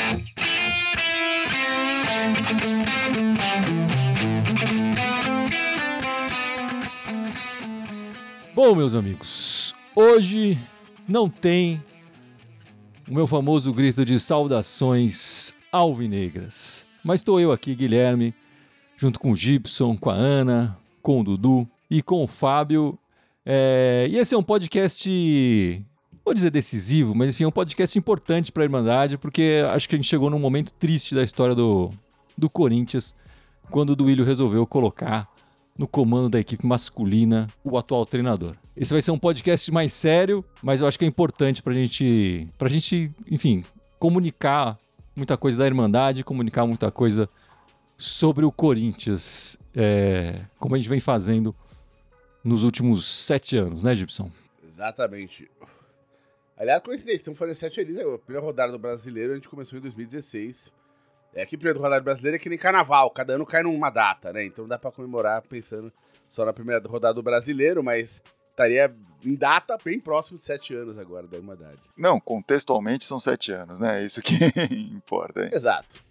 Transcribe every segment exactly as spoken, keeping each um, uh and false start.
Bom, meus amigos, hoje não tem o meu famoso grito de saudações alvinegras, mas estou eu aqui, Guilherme, junto com o Gibson, com a Ana, com o Dudu e com o Fábio. É... E esse é um podcast, vou dizer decisivo, mas enfim, é um podcast importante para a Irmandade, porque acho que a gente chegou num momento triste da história do, do Corinthians, quando o Duílio resolveu colocar no comando da equipe masculina o atual treinador. Esse vai ser um podcast mais sério, mas eu acho que é importante pra gente, pra gente, enfim, comunicar muita coisa da Irmandade, comunicar muita coisa sobre o Corinthians, é, como a gente vem fazendo nos últimos sete anos, né, Gibson? Exatamente. Aliás, coincidência, estamos fazendo sete anos, a primeira rodada do Brasileiro a gente começou em dois mil e dezesseis. É que a primeira rodada brasileira é que nem carnaval, cada ano cai numa data, né? Então não dá pra comemorar pensando só na primeira rodada do Brasileiro, mas estaria em data bem próximo de sete anos agora da Irmandade. Não, contextualmente são sete anos, né? É isso que importa, hein? Exato.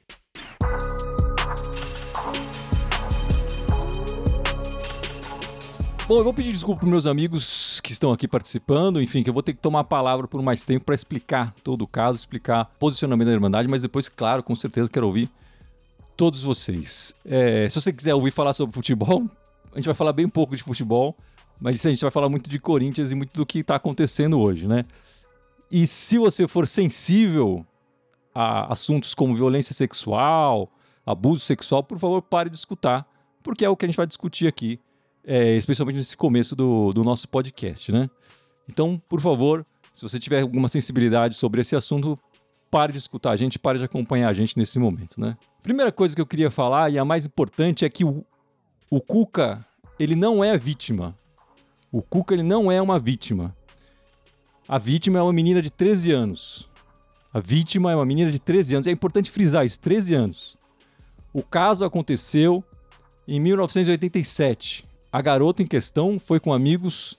Bom, eu vou pedir desculpa para meus amigos que estão aqui participando, enfim, que eu vou ter que tomar a palavra por mais tempo para explicar todo o caso, explicar o posicionamento da Irmandade, mas depois, claro, com certeza quero ouvir todos vocês. É, se você quiser ouvir falar sobre futebol, a gente vai falar bem pouco de futebol, mas a gente vai falar muito de Corinthians e muito do que está acontecendo hoje, né? E se você for sensível a assuntos como violência sexual, abuso sexual, por favor, pare de escutar, porque é o que a gente vai discutir aqui. É, especialmente nesse começo do, do nosso podcast, né? Então, por favor, se você tiver alguma sensibilidade sobre esse assunto, pare de escutar a gente, pare de acompanhar a gente nesse momento, né? Primeira coisa que eu queria falar, e a mais importante, é que o, o Cuca, ele não é a vítima. O Cuca, ele não é uma vítima. A vítima é uma menina de treze anos. A vítima é uma menina de treze anos. É importante frisar isso, treze anos. O caso aconteceu em mil novecentos e oitenta e sete. A garota em questão foi com amigos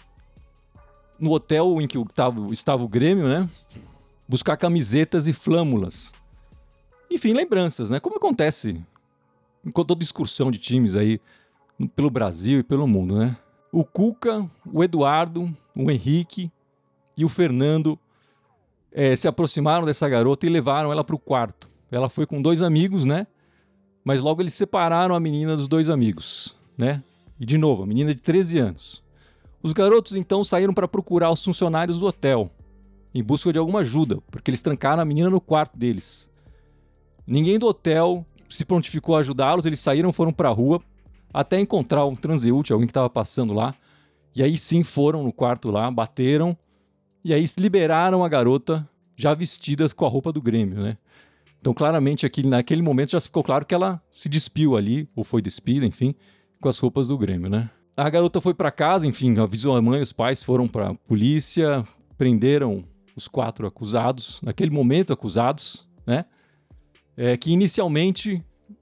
no hotel em que estava, estava o Grêmio, né? Buscar camisetas e flâmulas. Enfim, lembranças, né? Como acontece em toda excursão de times aí pelo Brasil e pelo mundo, né? O Cuca, o Eduardo, o Henrique e o Fernando é, se aproximaram dessa garota e levaram ela para o quarto. Ela foi com dois amigos, né? Mas logo eles separaram a menina dos dois amigos, né? E, de novo, a menina de treze anos. Os garotos, então, saíram para procurar os funcionários do hotel, em busca de alguma ajuda, porque eles trancaram a menina no quarto deles. Ninguém do hotel se prontificou a ajudá-los, eles saíram, foram para a rua, até encontrar um transeúnte, alguém que estava passando lá, e aí sim foram no quarto lá, bateram, e aí liberaram a garota, já vestidas com a roupa do Grêmio, né? Então, claramente, aqui, naquele momento já ficou claro que ela se despiu ali, ou foi despida, enfim, com as roupas do Grêmio, né? A garota foi para casa, enfim, avisou a mãe, os pais foram para a polícia, prenderam os quatro acusados, naquele momento acusados, né? É, que inicialmente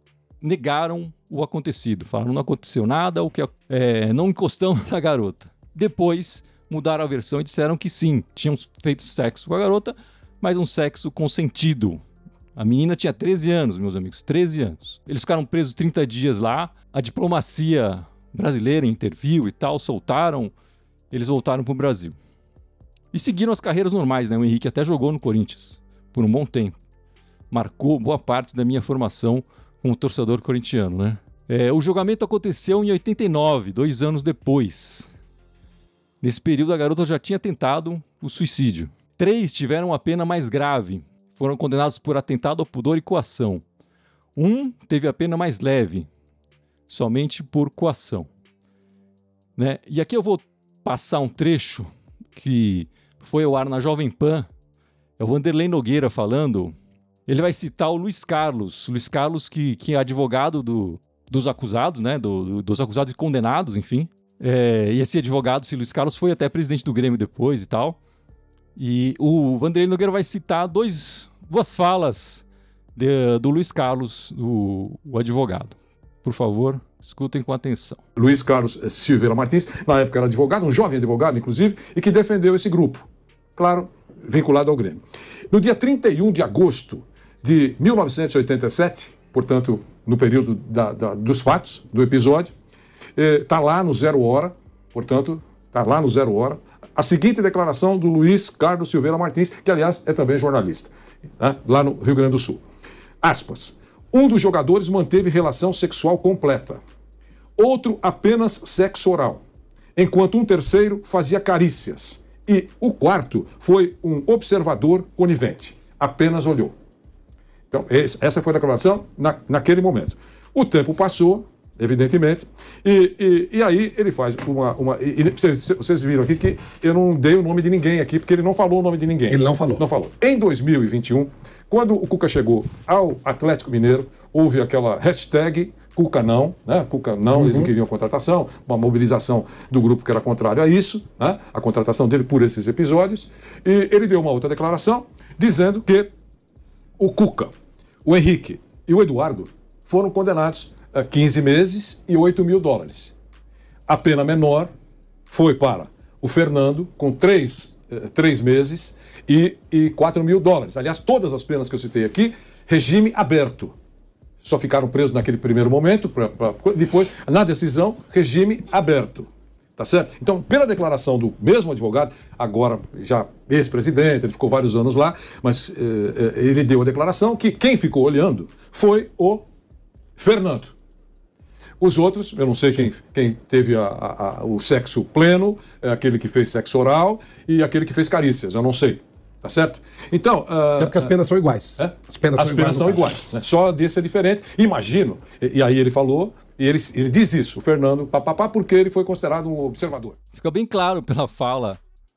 negaram o acontecido, falaram que não aconteceu nada, o que é, não encostamos na garota. Depois mudaram a versão e disseram que sim, tinham feito sexo com a garota, mas um sexo consentido. A menina tinha treze anos, meus amigos, treze anos. Eles ficaram presos trinta dias lá, a diplomacia brasileira interviu e tal, soltaram, eles voltaram para o Brasil. E seguiram as carreiras normais, né? O Henrique até jogou no Corinthians por um bom tempo. Marcou boa parte da minha formação como torcedor corintiano, né? É, o julgamento aconteceu em oitenta e nove, dois anos depois. Nesse período, a garota já tinha tentado o suicídio. Três tiveram a pena mais grave. Foram condenados por atentado ao pudor e coação. Um teve a pena mais leve, somente por coação. Né? E aqui eu vou passar um trecho que foi ao ar na Jovem Pan. É o Vanderlei Nogueira falando. Ele vai citar o Luiz Carlos. Luiz Carlos, que, que é advogado do, dos acusados, né? do, do, dos acusados e condenados, enfim. É, e esse advogado, esse Luiz Carlos, foi até presidente do Grêmio depois e tal. E o Vanderlei Nogueira vai citar dois, duas falas de, do Luiz Carlos, o, o advogado. Por favor, escutem com atenção. Luiz Carlos Silveira Martins, na época era advogado, um jovem advogado, inclusive, e que defendeu esse grupo. Claro, vinculado ao Grêmio. No dia trinta e um de agosto de mil novecentos e oitenta e sete, portanto, no período da, da, dos fatos, do episódio, está lá no Zero Hora, portanto, está lá no Zero Hora, a seguinte declaração do Luiz Carlos Silveira Martins, que, aliás, é também jornalista, né, lá no Rio Grande do Sul. Aspas. Um dos jogadores manteve relação sexual completa. Outro apenas sexo oral. Enquanto um terceiro fazia carícias. E o quarto foi um observador conivente. Apenas olhou. Então, essa foi a declaração na, naquele momento. O tempo passou, evidentemente, e, e, e aí ele faz uma... uma e, e vocês, vocês viram aqui que eu não dei o nome de ninguém aqui, porque ele não falou o nome de ninguém. Ele não falou. Não falou. Em dois mil e vinte e um, quando o Cuca chegou ao Atlético Mineiro, houve aquela hashtag Cuca não, né? Cuca não, uhum. Eles não queriam a contratação, uma mobilização do grupo que era contrário a isso, né? A contratação dele por esses episódios, e ele deu uma outra declaração dizendo que o Cuca, o Henrique e o Eduardo foram condenados a quinze meses e oito mil dólares. A pena menor foi para o Fernando, com três, eh, três meses e, e quatro mil dólares. Aliás, todas as penas que eu citei aqui, regime aberto. Só ficaram presos naquele primeiro momento, pra, pra, depois, na decisão, regime aberto. Tá certo? Então, pela declaração do mesmo advogado, agora já ex-presidente, ele ficou vários anos lá, mas eh, eh, ele deu a declaração que quem ficou olhando foi o Fernando. Os outros, eu não sei quem, quem teve a, a, a, o sexo pleno, é aquele que fez sexo oral e aquele que fez carícias, eu não sei. Tá certo? Então... Uh, é porque as penas são iguais. É? As penas as são penas iguais. São iguais né? Só desse é diferente. Imagino, e, e aí ele falou, e ele, ele diz isso, o Fernando, papapá, porque ele foi considerado um observador. Fica bem claro pela fala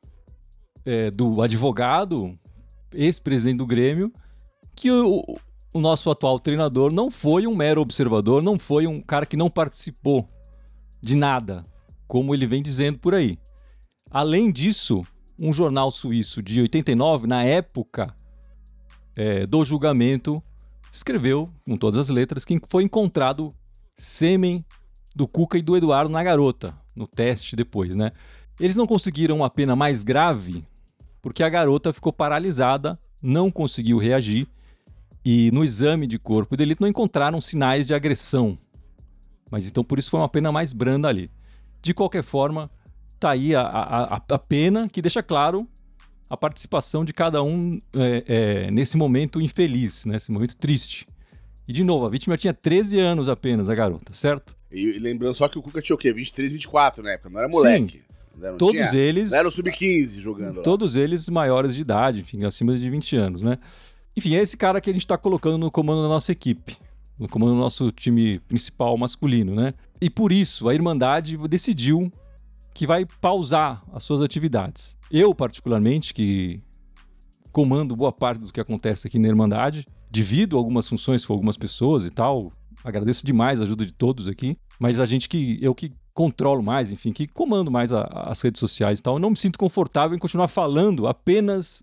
é, do advogado, ex-presidente do Grêmio, que o, o nosso atual treinador não foi um mero observador, não foi um cara que não participou de nada, como ele vem dizendo por aí. Além disso, um jornal suíço de oitenta e nove, na época é, do julgamento, escreveu, com todas as letras, que foi encontrado sêmen do Cuca e do Eduardo na garota, no teste depois, né? Eles não conseguiram uma pena mais grave, porque a garota ficou paralisada, não conseguiu reagir, e no exame de corpo de delito não encontraram sinais de agressão. Mas então por isso foi uma pena mais branda ali. De qualquer forma, tá aí a, a, a pena que deixa claro a participação de cada um é, é, nesse momento infeliz, nesse momento triste. E de novo, a vítima tinha treze anos apenas, a garota, certo? E lembrando só que o Cuca tinha o quê? vinte e três, vinte e quatro na época, não era moleque. Sim, não todos tinha, eles... Não era o sub quinze jogando Todos lá. eles maiores de idade, enfim, acima de vinte anos, né? Enfim, é esse cara que a gente tá colocando no comando da nossa equipe, no comando do nosso time principal masculino, né? E por isso, a Irmandade decidiu que vai pausar as suas atividades. Eu, particularmente, que comando boa parte do que acontece aqui na Irmandade, divido algumas funções com algumas pessoas e tal, agradeço demais a ajuda de todos aqui, mas a gente que, eu que controlo mais, enfim, que comando mais a, as redes sociais e tal, eu não me sinto confortável em continuar falando apenas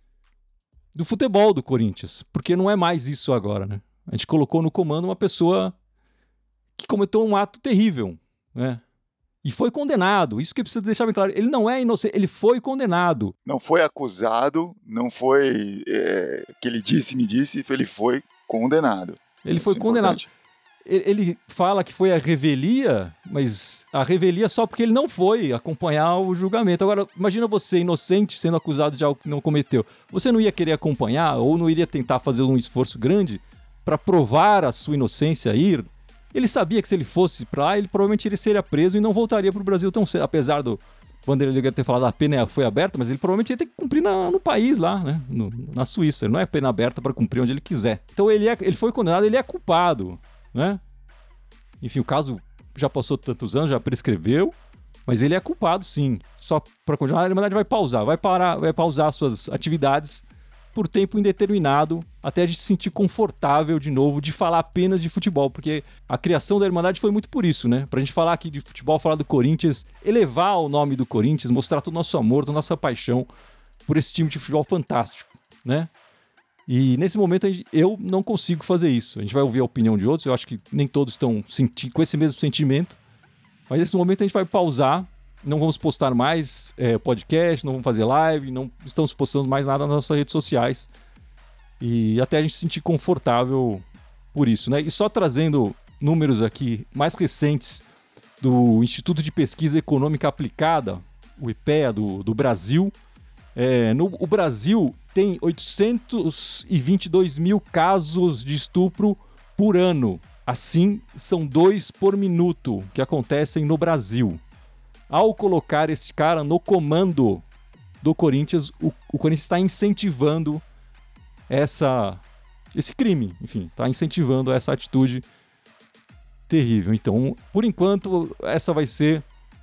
do futebol do Corinthians, porque não é mais isso agora, né? A gente colocou no comando uma pessoa que cometeu um ato terrível, né? E foi condenado. Isso que precisa deixar bem claro. Ele não é inocente, ele foi condenado. Não foi acusado, não foi é, que ele disse, me disse, ele foi condenado. Ele Isso foi é condenado. Importante. Ele fala que foi a revelia, mas a revelia só porque ele não foi acompanhar o julgamento. Agora, imagina você, inocente, sendo acusado de algo que não cometeu. Você não ia querer acompanhar ou não iria tentar fazer um esforço grande para provar a sua inocência, ir? Ele sabia que se ele fosse para lá, ele provavelmente iria ser preso e não voltaria para o Brasil tão cedo. Apesar do Vanderlei Luger ter falado que a pena foi aberta, mas ele provavelmente ia ter que cumprir na, no país lá, né? No, na Suíça. Ele não é pena aberta para cumprir onde ele quiser. Então ele, é, ele foi condenado, ele é culpado, né? Enfim, o caso já passou tantos anos, já prescreveu, mas ele é culpado sim. Só para continuar, a Irmandade vai pausar, vai parar, vai pausar suas atividades por tempo indeterminado, até a gente se sentir confortável de novo de falar apenas de futebol, porque a criação da Irmandade foi muito por isso, né? Pra gente falar aqui de futebol, falar do Corinthians, elevar o nome do Corinthians, mostrar todo o nosso amor, toda a nossa paixão por esse time de futebol fantástico, né? E nesse momento eu não consigo fazer isso. A gente vai ouvir a opinião de outros, eu acho que nem todos estão senti- com esse mesmo sentimento, mas nesse momento a gente vai pausar, não vamos postar mais é, podcast, não vamos fazer live, não estamos postando mais nada nas nossas redes sociais. e até a gente se sentir confortável por isso, né? E só trazendo números aqui mais recentes do Instituto de Pesquisa Econômica Aplicada, o I P E A do, do Brasil, é, no, o Brasil tem oitocentos e vinte e dois mil casos de estupro por ano. Assim, são dois por minuto que acontecem no Brasil. Ao colocar este cara no comando do Corinthians, o, o Corinthians está incentivando essa, esse crime, enfim, está incentivando essa atitude terrível. Então, por enquanto, essa vai ser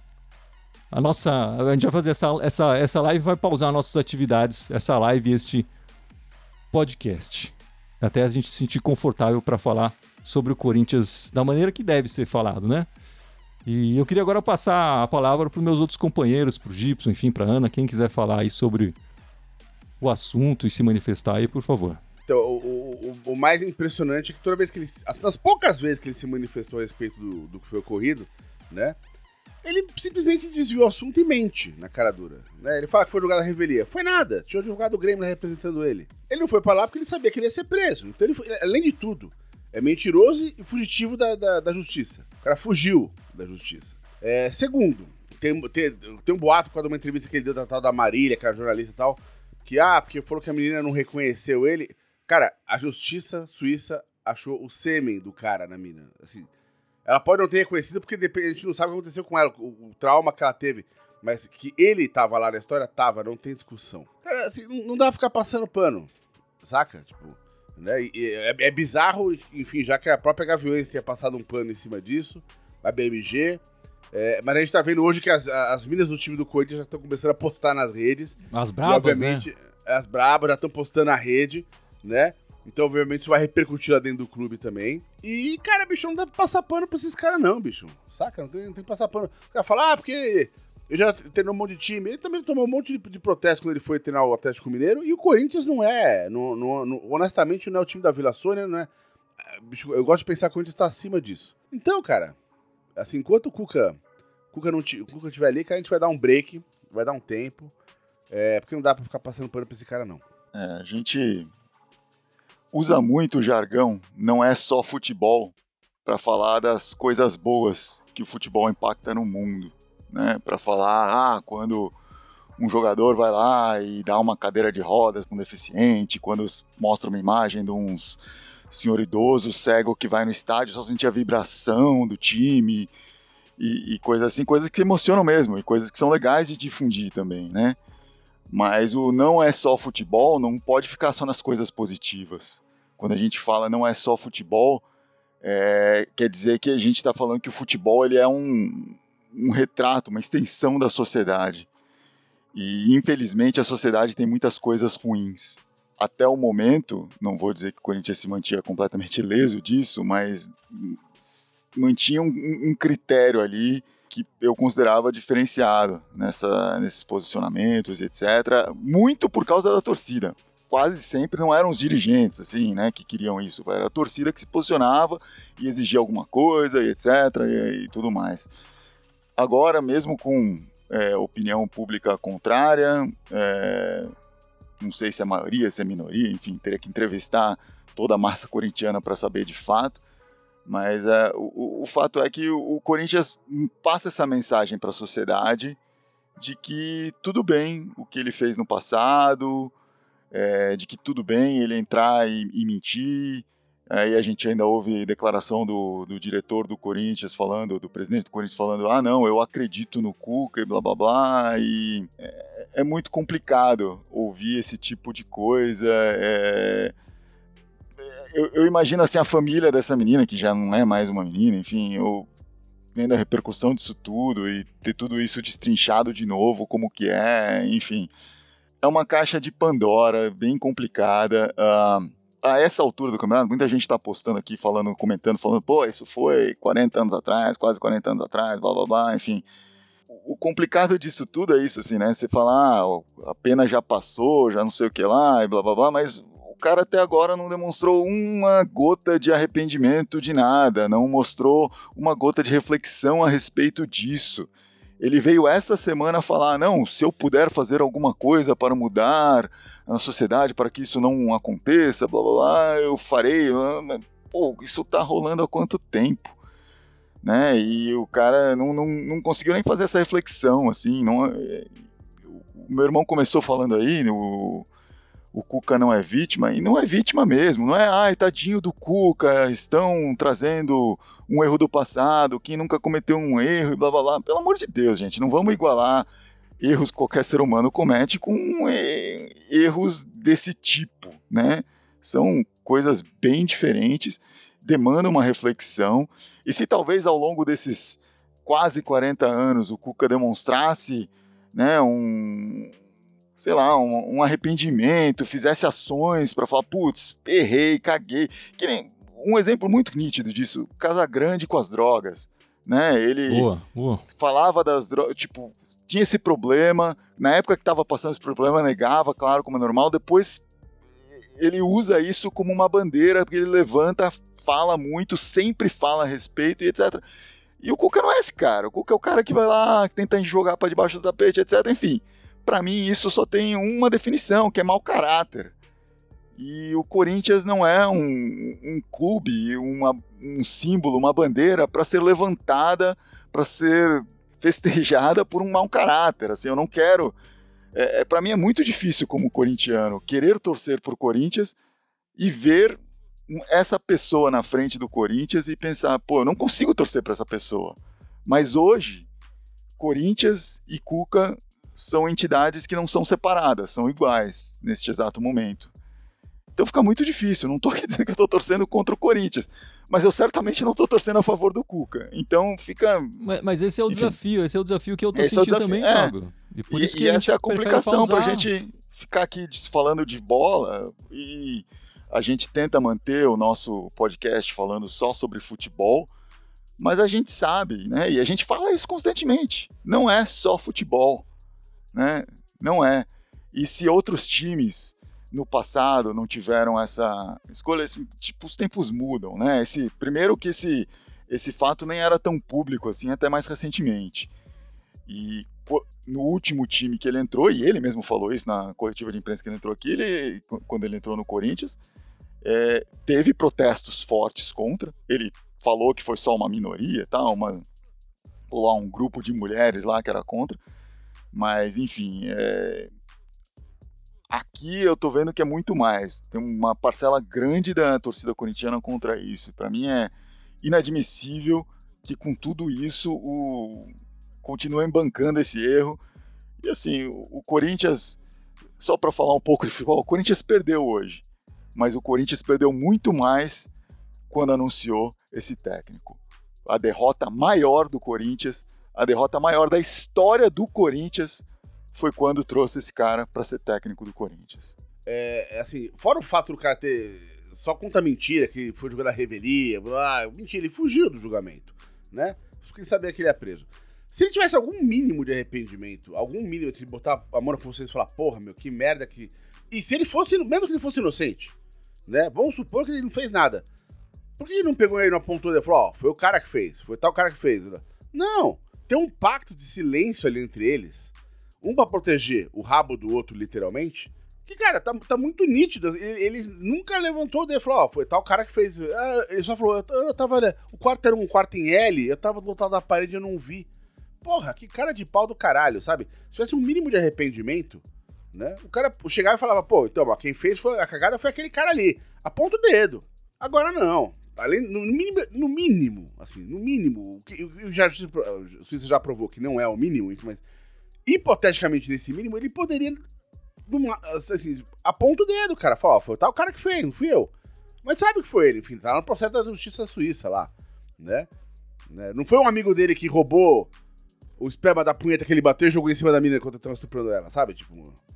a nossa... A gente vai fazer essa, essa, essa live, vai pausar nossas atividades, essa live e este podcast. Até a gente se sentir confortável para falar sobre o Corinthians da maneira que deve ser falado, né? E eu queria agora passar a palavra para os meus outros companheiros, para o Gibson, enfim, para a Ana, quem quiser falar aí sobre o assunto e se manifestar aí, por favor. Então, o, o, o mais impressionante é que toda vez que ele... Das poucas vezes que ele se manifestou a respeito do, do que foi ocorrido, né? Ele simplesmente desviou o assunto e mente na cara dura. Né? Ele fala que foi jogada a revelia. Foi nada. Tinha o advogado do Grêmio representando ele. Ele não foi pra lá porque ele sabia que ele ia ser preso. Então, ele foi, além de tudo, é mentiroso e fugitivo da, da, da justiça. O cara fugiu da justiça. É, segundo, tem, tem, tem um boato por causa de uma entrevista que ele deu da tal da Marília, que era jornalista e tal, que, ah, porque falou que a menina não reconheceu ele. Cara, a justiça suíça achou o sêmen do cara na mina. Assim, ela pode não ter reconhecido porque a gente não sabe o que aconteceu com ela, o, o trauma que ela teve. Mas que ele tava lá na história, tava, não tem discussão. Cara, assim, não, não dá pra ficar passando pano, saca? Tipo, né? E, é, é bizarro, enfim, já que a própria Gaviões tenha passado um pano em cima disso, a B M G. É, mas a gente tá vendo hoje que as, as minas do time do Corinthians já estão começando a postar nas redes. As brabas, e, obviamente, né? As brabas já estão postando na rede, né? Então, obviamente, isso vai repercutir lá dentro do clube também. E, cara, bicho, não dá pra passar pano pra esses caras, não, bicho. Saca? Não tem, não tem que passar pano. O cara fala, ah, porque eu já treinou um monte de time. Ele também tomou um monte de, de protesto quando ele foi treinar o Atlético Mineiro. E o Corinthians não é, não, não, não, honestamente, não é o time da Vila Sônia, não é. Bicho, eu gosto de pensar que o Corinthians tá acima disso. Então, cara, assim, enquanto o Cuca, Cuca não o Cuca estiver ali, que a gente vai dar um break, vai dar um tempo. É, porque não dá pra ficar passando pano pra esse cara, não. É, a gente usa muito o jargão, não é só futebol, para falar das coisas boas que o futebol impacta no mundo, né? Para falar, ah, quando um jogador vai lá e dá uma cadeira de rodas para um deficiente, quando mostra uma imagem de um senhor idoso cego que vai no estádio só sentir a vibração do time e, e coisas assim, coisas que emocionam mesmo e coisas que são legais de difundir também, né? Mas o não é só futebol não pode ficar só nas coisas positivas. Quando a gente fala não é só futebol, é, quer dizer que a gente está falando que o futebol ele é um, um retrato, uma extensão da sociedade. E, infelizmente, a sociedade tem muitas coisas ruins. Até o momento, não vou dizer que o Corinthians se mantinha completamente ileso disso, mas mantinha um, um critério ali que eu considerava diferenciado nessa, nesses posicionamentos, etcétera. Muito por causa da torcida. Quase sempre não eram os dirigentes assim, né, que queriam isso. Era a torcida que se posicionava e exigia alguma coisa, e etcétera. E, e tudo mais. Agora, mesmo com é, opinião pública contrária, é, não sei se é maioria, se é minoria, enfim, teria que entrevistar toda a massa corintiana para saber de fato. Mas é, o, o fato é que o, o Corinthians passa essa mensagem para a sociedade de que tudo bem o que ele fez no passado, é, de que tudo bem ele entrar e, e mentir. Aí a gente ainda ouve declaração do, do diretor do Corinthians falando, do presidente do Corinthians falando, ah não, eu acredito no Cuca e blá blá blá, e é, é muito complicado ouvir esse tipo de coisa. É, Eu, eu imagino assim a família dessa menina, que já não é mais uma menina, enfim, eu vendo a repercussão disso tudo e ter tudo isso destrinchado de novo, como que é, enfim. É uma caixa de Pandora bem complicada. Uh, a essa altura do campeonato, muita gente está postando aqui, falando, comentando, falando, pô, isso foi quarenta anos atrás, quase quarenta anos atrás, blá blá blá, enfim. O complicado disso tudo é isso, assim, né? Você fala, ah, a pena já passou, já não sei o que lá, e blá blá blá, mas o cara até agora não demonstrou uma gota de arrependimento de nada, não mostrou uma gota de reflexão a respeito disso. Ele veio essa semana falar, não, se eu puder fazer alguma coisa para mudar a sociedade, para que isso não aconteça, blá blá blá, eu farei. Pô, isso tá rolando há quanto tempo? Né? E o cara não, não, não conseguiu nem fazer essa reflexão, assim, não, o meu irmão começou falando aí, o, o Cuca não é vítima, e não é vítima mesmo, não é, ai, tadinho do Cuca, estão trazendo um erro do passado, quem nunca cometeu um erro, e blá blá blá, pelo amor de Deus, gente, não vamos igualar erros que qualquer ser humano comete com eh, erros desse tipo, né? São coisas bem diferentes, demanda uma reflexão, e se talvez ao longo desses quase quarenta anos o Cuca demonstrasse, né, um, sei lá, um, um arrependimento, fizesse ações para falar, putz, errei, caguei, que nem um exemplo muito nítido disso, Casagrande com as drogas, né, ele boa, boa. falava das drogas, tipo, tinha esse problema, na época que estava passando esse problema, negava, claro, como é normal, depois ele usa isso como uma bandeira, porque ele levanta, fala muito, sempre fala a respeito e etcétera. E o Cuca não é esse cara. O Cuca é o cara que vai lá, tenta jogar para debaixo do tapete, etcétera. Enfim, para mim isso só tem uma definição, que é mau caráter. E o Corinthians não é um, um clube, uma, um símbolo, uma bandeira para ser levantada, para ser festejada por um mau caráter. Assim, eu não quero... É, para mim é muito difícil como corintiano querer torcer por Corinthians e ver essa pessoa na frente do Corinthians e pensar, pô, eu não consigo torcer para essa pessoa. Mas hoje, Corinthians e Cuca são entidades que não são separadas, são iguais neste exato momento. Então fica muito difícil, não estou dizendo que eu estou torcendo contra o Corinthians, mas eu certamente não estou torcendo a favor do Cuca. Então fica... Mas, mas esse é o Enfim, desafio, esse é o desafio que eu estou esse é o sentindo desafio, também, é. Fábio. E, por E, isso que e a essa é a gente complicação para a pausar. gente ficar aqui falando de bola e a gente tenta manter o nosso podcast falando só sobre futebol, mas a gente sabe, né? E a gente fala isso constantemente. Não é só futebol, né? Não é. E se outros times no passado não tiveram essa escolha, assim, tipo, os tempos mudam, né? Esse, primeiro que esse, esse fato nem era tão público assim, até mais recentemente. E no último time que ele entrou, e ele mesmo falou isso na coletiva de imprensa que ele entrou aqui, ele, quando ele entrou no Corinthians, é, teve protestos fortes contra, ele falou que foi só uma minoria, tá? uma, lá, um grupo de mulheres lá que era contra, mas enfim, é, aqui eu tô vendo que é muito mais, tem uma parcela grande da torcida corintiana contra isso, para mim é inadmissível que com tudo isso o continuem bancando esse erro. E assim, o, o Corinthians, só para falar um pouco de futebol, o Corinthians perdeu hoje, mas o Corinthians perdeu muito mais quando anunciou esse técnico. A derrota maior do Corinthians, a derrota maior da história do Corinthians foi quando trouxe esse cara para ser técnico do Corinthians. É, assim, fora o fato do cara ter só conta mentira, que foi jogar na revelia, ah, mentira, ele fugiu do julgamento, né? Porque ele sabia que ele ia preso. Se ele tivesse algum mínimo de arrependimento, algum mínimo de botar a mão pra vocês e falar, porra, meu, que merda que... E se ele fosse, mesmo que ele fosse inocente, né? Vamos supor que ele não fez nada. Por que ele não pegou ele na pontuda e falou, ó, oh, foi o cara que fez, foi tal cara que fez? Não, tem um pacto de silêncio ali entre eles, um pra proteger o rabo do outro, literalmente, que, cara, tá, tá muito nítido. Ele, ele nunca levantou o dedo e falou, ó, oh, foi tal cara que fez... Ah, ele só falou, eu, eu tava... Né, o quarto era um quarto em L, eu tava do outro lado da parede e eu não vi. Porra, que cara de pau do caralho, sabe? Se tivesse um mínimo de arrependimento, né? O cara chegava e falava, pô, então, ó, quem fez foi, a cagada foi aquele cara ali. Aponta o dedo. Agora não. Além, no, mínimo, no mínimo, assim, no mínimo, o que o, já, o Suíça já provou que não é o mínimo, mas hipoteticamente nesse mínimo, ele poderia, assim, aponta o dedo, cara. Fala, ó, foi tal cara que fez, não fui eu. Mas sabe o que foi ele? Enfim, tá no processo da justiça suíça lá, né? né? Não foi um amigo dele que roubou o esperma da punheta que ele bateu e jogou em cima da mina enquanto tava estuprando ela, sabe? Tipo,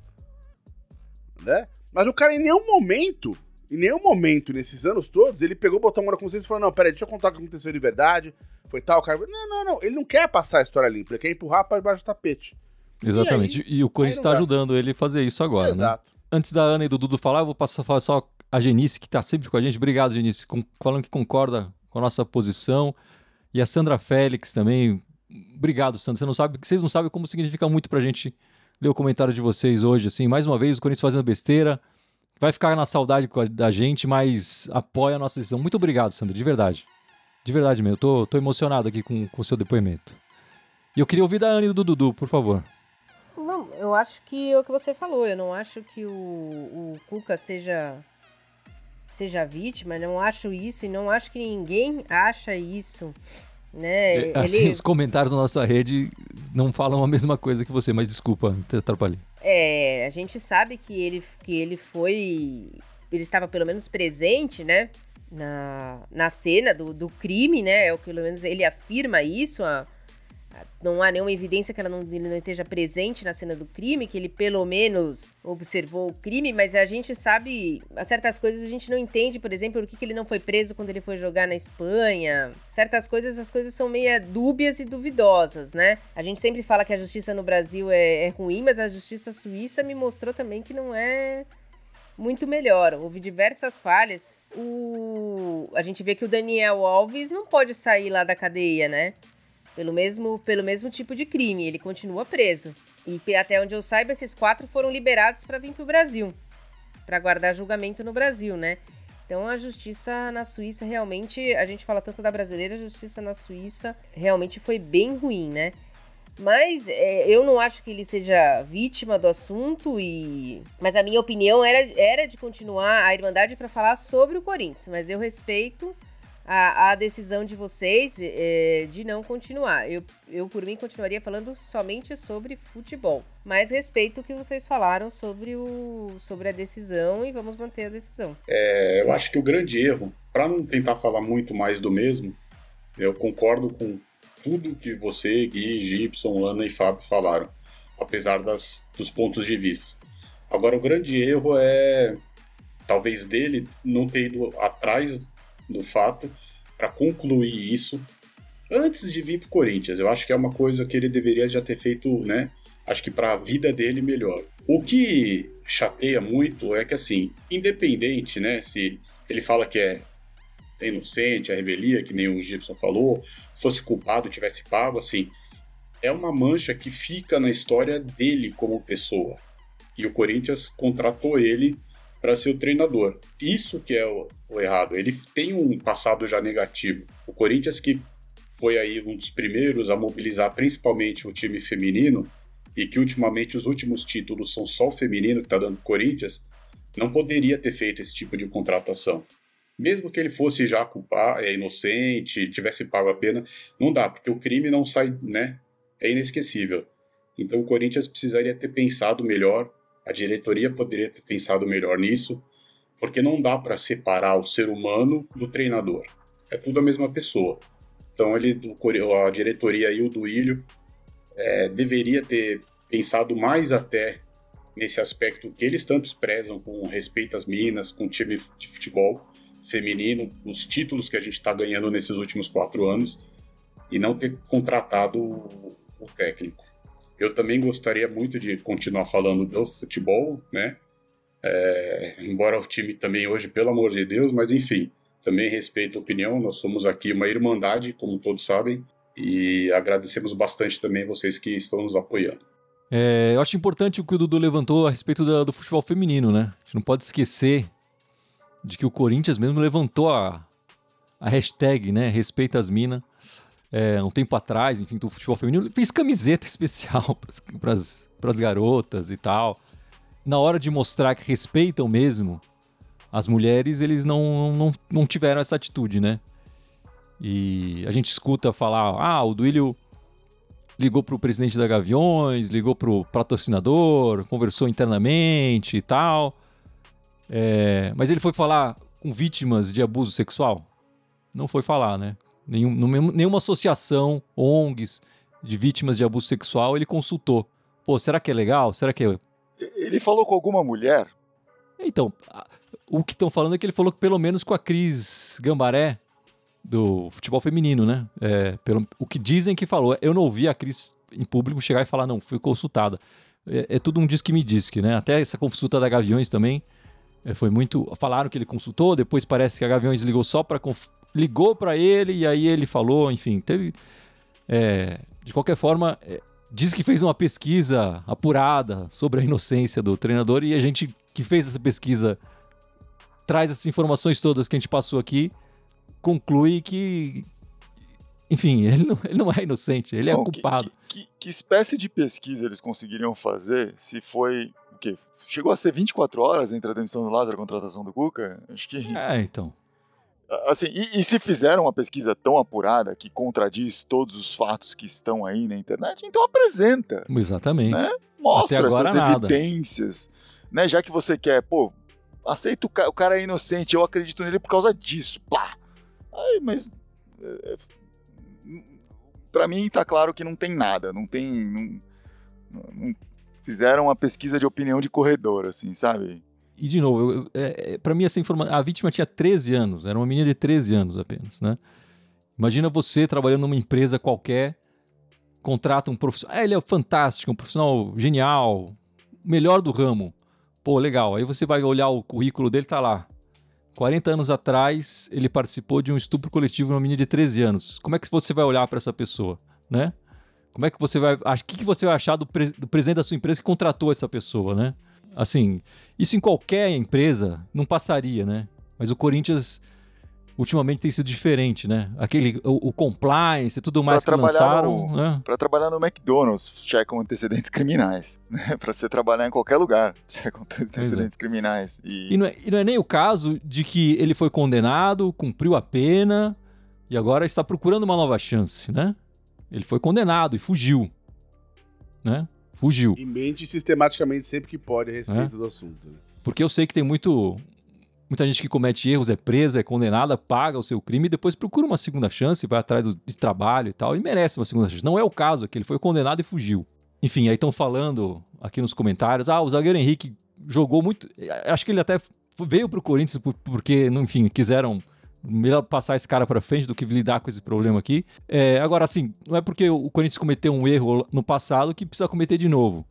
né? Mas o cara em nenhum momento, em nenhum momento nesses anos todos, ele pegou, botou a mão na consciência e falou, não, peraí, deixa eu contar o que aconteceu de verdade, foi tal, o cara... Não, não, não, ele não quer passar a história limpa, ele quer empurrar para debaixo do tapete. Exatamente, e, aí, e o Corinthians está ajudando ele a fazer isso agora, Exato. Né? Antes da Ana e do Dudu falar, eu vou passar a falar só a Genice, que está sempre com a gente. Obrigado, Genice, com, falando que concorda com a nossa posição. E a Sandra Félix também, Obrigado, Sandro. Você não sabe, vocês não sabem como significa muito pra gente ler o comentário de vocês hoje. Assim, mais uma vez, o Corinthians fazendo besteira. Vai ficar na saudade da gente, mas apoia a nossa decisão. Muito obrigado, Sandro, de verdade. De verdade mesmo. Eu tô, tô emocionado aqui com o seu depoimento. E eu queria ouvir da Anne e do Dudu, por favor. Não, eu acho que é o que você falou. Eu não acho que o, o Cuca seja, seja vítima. Não acho isso e não acho que ninguém acha isso. Né? Assim, Ele... os comentários na nossa rede não falam a mesma coisa que você, mas desculpa, te atrapalhei. É, a gente sabe que ele, que ele foi... Ele estava pelo menos presente, né? Na, na cena do, do crime, né? É, pelo menos ele afirma isso. A, a, não há nenhuma evidência que ela não, ele não esteja presente na cena do crime, que ele pelo menos observou o crime, mas a gente sabe, certas coisas a gente não entende, por exemplo, por que, que ele não foi preso quando ele foi jogar na Espanha. Certas coisas, as coisas são meio dúbias e duvidosas, né? A gente sempre fala que a justiça no Brasil é, é ruim, mas a justiça suíça me mostrou também que não é muito melhor. Houve diversas falhas. O... A gente vê que o Daniel Alves não pode sair lá da cadeia, né? Pelo mesmo, pelo mesmo tipo de crime. Ele continua preso. E até onde eu saiba, esses quatro foram liberados para vir para o Brasil. Para aguardar julgamento no Brasil, né? Então a justiça na Suíça realmente... A gente fala tanto da brasileira, a justiça na Suíça realmente foi bem ruim, né? Mas é, eu não acho que ele seja vítima do assunto, e... mas a minha opinião era, era de continuar a Irmandade para falar sobre o Corinthians. Mas eu respeito a, a decisão de vocês é, de não continuar. Eu, eu, por mim, continuaria falando somente sobre futebol. Mas respeito o que vocês falaram sobre, o, sobre a decisão e vamos manter a decisão. É, eu acho que o grande erro, para não tentar falar muito mais do mesmo, eu concordo com tudo que você, Gui, Gibson, Ana e Fábio falaram, apesar das, dos pontos de vista. Agora, o grande erro é, talvez dele, não ter ido atrás do fato para concluir isso antes de vir para o Corinthians. Eu acho que é uma coisa que ele deveria já ter feito, né? Acho que para a vida dele melhor. O que chateia muito é que, assim, independente, né? Se ele fala que é é inocente, a revelia, que nem o Gibson falou, fosse culpado, tivesse pago, assim, é uma mancha que fica na história dele como pessoa. E o Corinthians contratou ele para ser o treinador. Isso que é o, o errado. Ele tem um passado já negativo. O Corinthians, que foi aí um dos primeiros a mobilizar principalmente o time feminino, e que ultimamente os últimos títulos são só o feminino que está dando pro Corinthians, não poderia ter feito esse tipo de contratação. Mesmo que ele fosse já culpado, é inocente, tivesse pago a pena, não dá, porque o crime não sai, né? É inesquecível. Então o Corinthians precisaria ter pensado melhor, a diretoria poderia ter pensado melhor nisso, porque não dá para separar o ser humano do treinador. É tudo a mesma pessoa. Então ele, a diretoria e o Duílio é, deveria ter pensado mais até nesse aspecto que eles tantos prezam com respeito às minas, com o time de futebol feminino, os títulos que a gente está ganhando nesses últimos quatro anos, e não ter contratado o, o técnico. Eu também gostaria muito de continuar falando do futebol, né? É, embora o time também hoje, pelo amor de Deus, mas enfim, também respeito a opinião, nós somos aqui uma irmandade, como todos sabem, e agradecemos bastante também vocês que estão nos apoiando. É, eu acho importante o que o Dudu levantou a respeito da, do futebol feminino, né? A gente não pode esquecer de que o Corinthians mesmo levantou a, a hashtag, né, respeita as minas, é, um tempo atrás, enfim, do futebol feminino, fez camiseta especial para as garotas e tal. Na hora de mostrar que respeitam mesmo as mulheres, eles não, não, não tiveram essa atitude, né? E a gente escuta falar, ah, o Duílio ligou pro presidente da Gaviões, ligou pro patrocinador, conversou internamente e tal. É, mas ele foi falar com vítimas de abuso sexual? Não foi falar, né? Nenhum, nenhuma associação, O N Gs de vítimas de abuso sexual ele consultou. Pô, será que é legal? Será que é... Ele falou com alguma mulher? Então, o que estão falando é que ele falou que pelo menos com a Cris Gambaré, do futebol feminino, né? É, pelo, o que dizem que falou. Eu não ouvi a Cris em público chegar e falar, não, fui consultada. É, é tudo um diz que me diz que, né? Até essa consulta da Gaviões também é, foi muito... Falaram que ele consultou, depois parece que a Gaviões ligou só para... Conf... Ligou para ele e aí ele falou, enfim, teve... É, de qualquer forma, é, diz que fez uma pesquisa apurada sobre a inocência do treinador e a gente que fez essa pesquisa traz essas informações todas que a gente passou aqui, conclui que, enfim, ele não, ele não é inocente, ele é Bom, culpado. Que, que, que espécie de pesquisa eles conseguiriam fazer se foi... O quê? Chegou a ser vinte e quatro horas entre a demissão do Lázaro e a contratação do Cuca? Acho que... É, então... Assim, e, e se fizeram uma pesquisa tão apurada que contradiz todos os fatos que estão aí na internet, então apresenta. Exatamente. Né? Mostra Até agora essas nada. evidências. Né? Já que você quer, pô, aceita o cara, o cara é inocente, eu acredito nele por causa disso. Pá! Aí, mas... É, pra mim tá claro que não tem nada. Não tem... Não, não fizeram uma pesquisa de opinião de corredor, assim, sabe? E, de novo, eu, eu, é, pra mim, essa informação... A vítima tinha treze anos, era uma menina de treze anos apenas, né? Imagina você trabalhando numa empresa qualquer, contrata um profissional... Ah, ele é fantástico, um profissional genial, melhor do ramo. Pô, legal. Aí você vai olhar o currículo dele, tá lá. quarenta anos atrás, ele participou de um estupro coletivo numa menina de treze anos. Como é que você vai olhar pra essa pessoa, né? Como é que você vai... O que, que você vai achar do, pre, do presidente da sua empresa que contratou essa pessoa, né? Assim, isso em qualquer empresa não passaria, né? Mas o Corinthians ultimamente tem sido diferente, né? Aquele, o, o compliance e tudo mais que lançaram... No, né? Para trabalhar no McDonald's, checam antecedentes criminais. Né? Para você trabalhar em qualquer lugar, checam antecedentes é. criminais. E... E, não é, e não é nem o caso de que ele foi condenado, cumpriu a pena e agora está procurando uma nova chance, né? Ele foi condenado e fugiu, né? Fugiu. E mente sistematicamente sempre que pode a respeito é. do assunto. Né? Porque eu sei que tem muito, muita gente que comete erros, é presa, é condenada, paga o seu crime e depois procura uma segunda chance, vai atrás do, de trabalho e tal, e merece uma segunda chance. Não é o caso aqui, ele foi condenado e fugiu. Enfim, aí estão falando aqui nos comentários, ah, o zagueiro Henrique jogou muito... Acho que ele até veio pro Corinthians porque, enfim, quiseram... Melhor passar esse cara pra frente do que lidar com esse problema aqui. É, agora, assim, não é porque o Corinthians cometeu um erro no passado que precisa cometer de novo.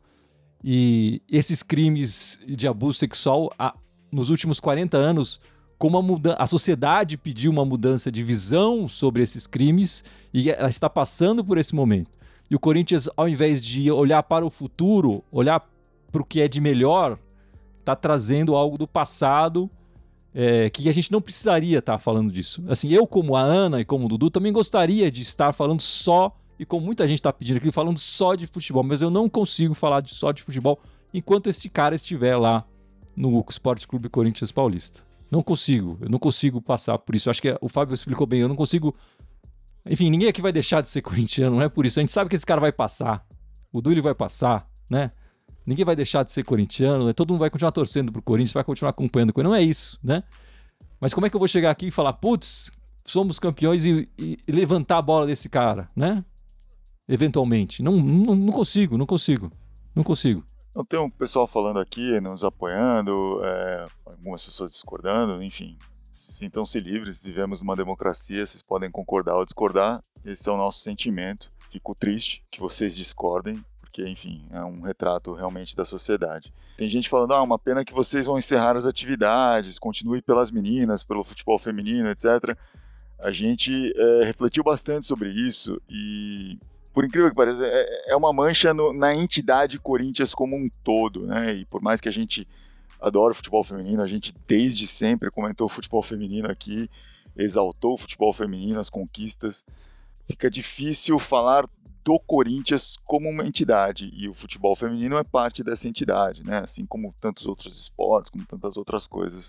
E esses crimes de abuso sexual, a, nos últimos quarenta anos, como a, muda- a sociedade pediu uma mudança de visão sobre esses crimes e ela está passando por esse momento. E o Corinthians, ao invés de olhar para o futuro, olhar para o que é de melhor, está trazendo algo do passado... É, que a gente não precisaria estar falando disso. Assim, eu como a Ana e como o Dudu também gostaria de estar falando só, e como muita gente está pedindo aqui, falando só de futebol, mas eu não consigo falar de, só de futebol enquanto esse cara estiver lá no Esporte Clube Corinthians Paulista. Não consigo, eu não consigo passar por isso. Eu acho que o Fábio explicou bem, eu não consigo... Enfim, ninguém aqui vai deixar de ser corintiano, não é por isso. A gente sabe que esse cara vai passar, o Dudu vai passar, né? Ninguém vai deixar de ser corintiano, né? Todo mundo vai continuar torcendo pro Corinthians, vai continuar acompanhando com ele. Não é isso, né? Mas como é que eu vou chegar aqui e falar, putz, somos campeões e, e, e levantar a bola desse cara, né? Eventualmente. Não, não, não consigo, não consigo. Não consigo. Então, tem um pessoal falando aqui, nos apoiando, é, algumas pessoas discordando, enfim. Sintam-se livres, vivemos numa democracia, vocês podem concordar ou discordar. Esse é o nosso sentimento. Fico triste que vocês discordem. Porque, enfim, é um retrato realmente da sociedade. Tem gente falando, ah, uma pena que vocês vão encerrar as atividades, continue pelas meninas, pelo futebol feminino, etcétera. A gente é, refletiu bastante sobre isso e, por incrível que pareça, é, é uma mancha no, na entidade Corinthians como um todo, né? E por mais que a gente adore o futebol feminino, a gente desde sempre comentou o futebol feminino aqui, exaltou o futebol feminino, as conquistas. Fica difícil falar do Corinthians como uma entidade, e o futebol feminino é parte dessa entidade, né? Assim como tantos outros esportes, como tantas outras coisas.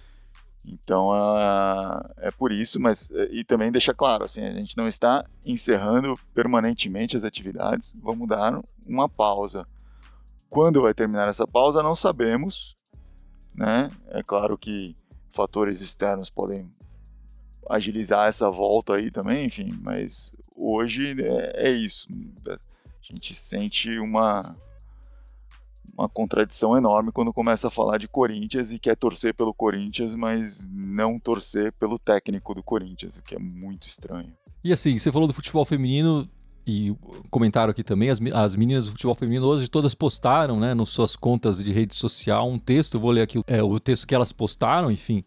Então, uh, é por isso, mas e também deixa claro, assim, a gente não está encerrando permanentemente as atividades, vamos dar uma pausa. Quando vai terminar essa pausa, não sabemos, né? É claro que fatores externos podem agilizar essa volta aí também, enfim, mas hoje é, é isso. A gente sente uma, uma contradição enorme quando começa a falar de Corinthians e quer torcer pelo Corinthians, mas não torcer pelo técnico do Corinthians, o que é muito estranho. E assim, você falou do futebol feminino e comentaram aqui também, as, as meninas do futebol feminino hoje todas postaram, né, nas suas contas de rede social um texto, vou ler aqui é, o texto que elas postaram, enfim.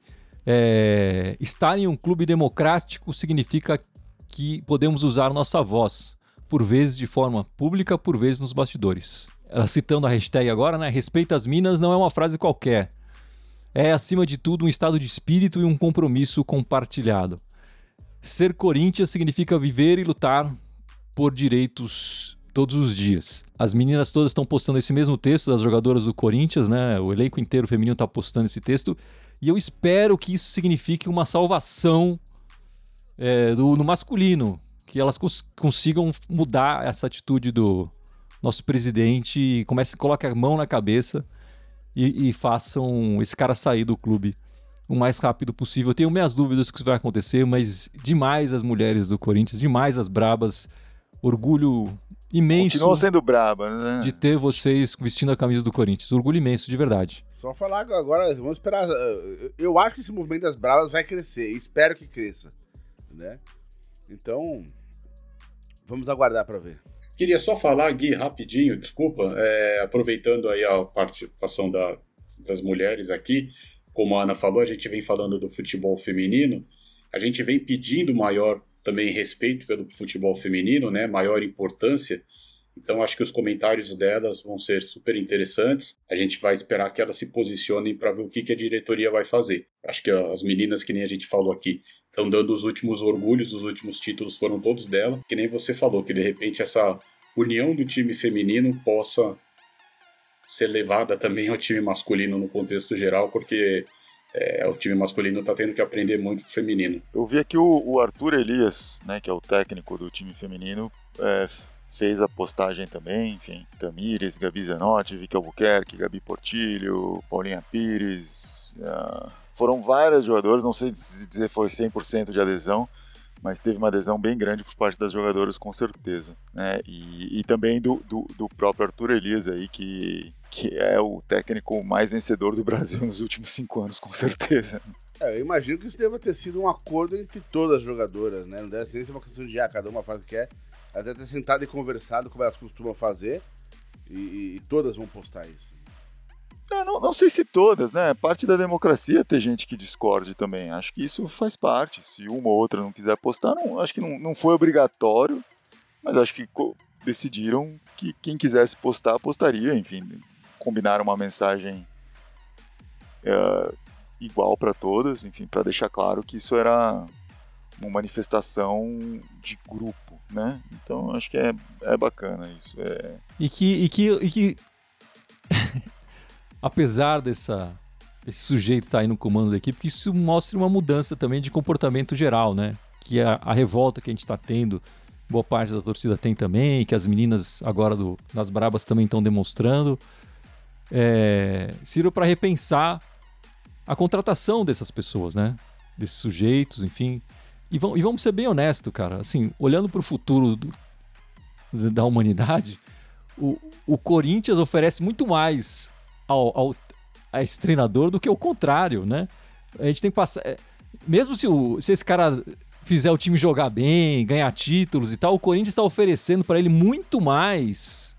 É, estar em um clube democrático significa que podemos usar nossa voz. por vezes de forma pública, por vezes nos bastidores. Ela citando a hashtag agora, né? Respeita as minas não é uma frase qualquer. É, acima de tudo, um estado de espírito e um compromisso compartilhado. Ser Corinthians significa viver e lutar por direitos todos os dias. As meninas todas estão postando esse mesmo texto das jogadoras do Corinthians, né? O elenco inteiro feminino está postando esse texto. E eu espero que isso signifique uma salvação é, do, no masculino. Que elas cons- consigam mudar essa atitude do nosso presidente e comece, coloque a mão na cabeça e, e façam esse cara sair do clube o mais rápido possível. Eu tenho minhas dúvidas que isso vai acontecer, mas demais as mulheres do Corinthians, demais as brabas. Orgulho imenso. Continuam sendo brabas, né? De ter vocês vestindo a camisa do Corinthians. Orgulho imenso, de verdade. Só falar agora, vamos esperar. Eu acho que esse movimento das bravas vai crescer. Espero que cresça, né? Então, vamos aguardar para ver. Queria só falar, Gui, rapidinho, desculpa, é, aproveitando aí a participação da, das mulheres aqui, como a Ana falou, a gente vem falando do futebol feminino, a gente vem pedindo maior também respeito pelo futebol feminino, né, maior importância, então acho que os comentários delas vão ser super interessantes, a gente vai esperar que elas se posicionem para ver o que, que a diretoria vai fazer. Acho que as meninas, que nem a gente falou aqui, estão dando os últimos orgulhos, os últimos títulos foram todos dela, que nem você falou, que de repente essa união do time feminino possa ser levada também ao time masculino no contexto geral, porque é, o time masculino está tendo que aprender muito com o feminino. Eu vi aqui o, o Arthur Elias, né, que é o técnico do time feminino, é, fez a postagem também, enfim, Tamires, Gabi Zanotti, Vicky Albuquerque, Gabi Portilho, Paulinha Pires, uh, foram várias jogadoras, não sei dizer se foi cem por cento de adesão, mas teve uma adesão bem grande por parte das jogadoras, com certeza, né? E, e também do, do, do próprio Arthur Elias aí, que, que é o técnico mais vencedor do Brasil nos últimos cinco anos, com certeza. É, eu imagino que isso deva ter sido um acordo entre todas as jogadoras, né? Não deve nem ser uma questão de, ah, cada uma faz o que quer. Ela deve ter sentado e conversado, como elas costumam fazer, e, e todas vão postar isso. É, não, não sei se todas, né? Parte da democracia é ter gente que discorde também. Acho que isso faz parte. Se uma ou outra não quiser postar, não, acho que não, não foi obrigatório, mas acho que co- decidiram que quem quisesse postar, postaria. Enfim, combinaram uma mensagem é, igual para todas, enfim, para deixar claro que isso era uma manifestação de grupo, né? Então acho que é, é bacana isso. É... E que... E que, e que... apesar dessa, desse sujeito estar aí no comando da equipe, que isso mostra uma mudança também de comportamento geral, né? Que a, a revolta que a gente está tendo, boa parte da torcida tem também, que as meninas agora do, das Brabas também estão demonstrando, é, sirva para repensar a contratação dessas pessoas, né? Desses sujeitos, enfim. E, vamos, e vamos ser bem honestos, cara. Assim, olhando para o futuro do, da humanidade, o, o Corinthians oferece muito mais Ao, ao, a esse treinador do que o contrário, né? A gente tem que passar... Mesmo se, o, se esse cara fizer o time jogar bem, ganhar títulos e tal, o Corinthians está oferecendo para ele muito mais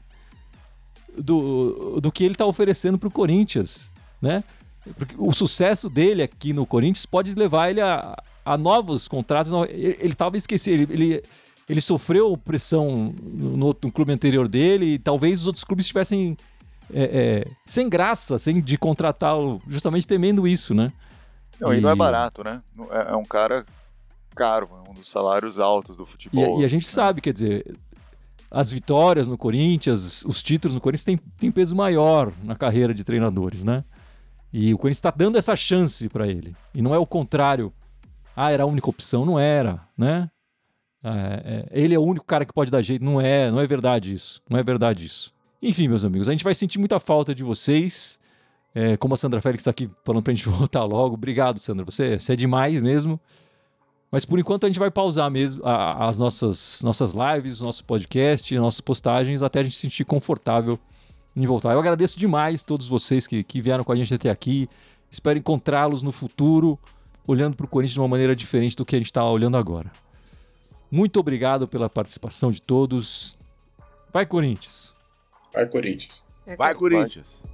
do, do que ele está oferecendo para o Corinthians, né? Porque o sucesso dele aqui no Corinthians pode levar ele a, a novos contratos. Ele estava esquecido, ele, ele, ele sofreu pressão no, no clube anterior dele e talvez os outros clubes estivessem É, é, sem graça, sem de contratá-lo, justamente temendo isso, né? Não, e não é barato, né? É, é um cara caro, é um dos salários altos do futebol. E, e a gente né? sabe, quer dizer, as vitórias no Corinthians, os títulos no Corinthians têm, têm peso maior na carreira de treinadores, né? E o Corinthians está dando essa chance para ele. E não é o contrário. Ah, era a única opção. Não era, né? É, é, ele é o único cara que pode dar jeito. Não é, não é verdade isso. Não é verdade isso. Enfim, meus amigos, a gente vai sentir muita falta de vocês. É, como a Sandra Félix está aqui falando pra gente voltar logo. Obrigado, Sandra. Você, você é demais mesmo. Mas por enquanto a gente vai pausar mesmo a, as nossas, nossas lives, nosso podcast, nossas postagens, até a gente se sentir confortável em voltar. Eu agradeço demais todos vocês que, que vieram com a gente até aqui. Espero encontrá-los no futuro, olhando para o Corinthians de uma maneira diferente do que a gente está olhando agora. Muito obrigado pela participação de todos. Vai, Corinthians! Vai, Corinthians! Vai, Corinthians!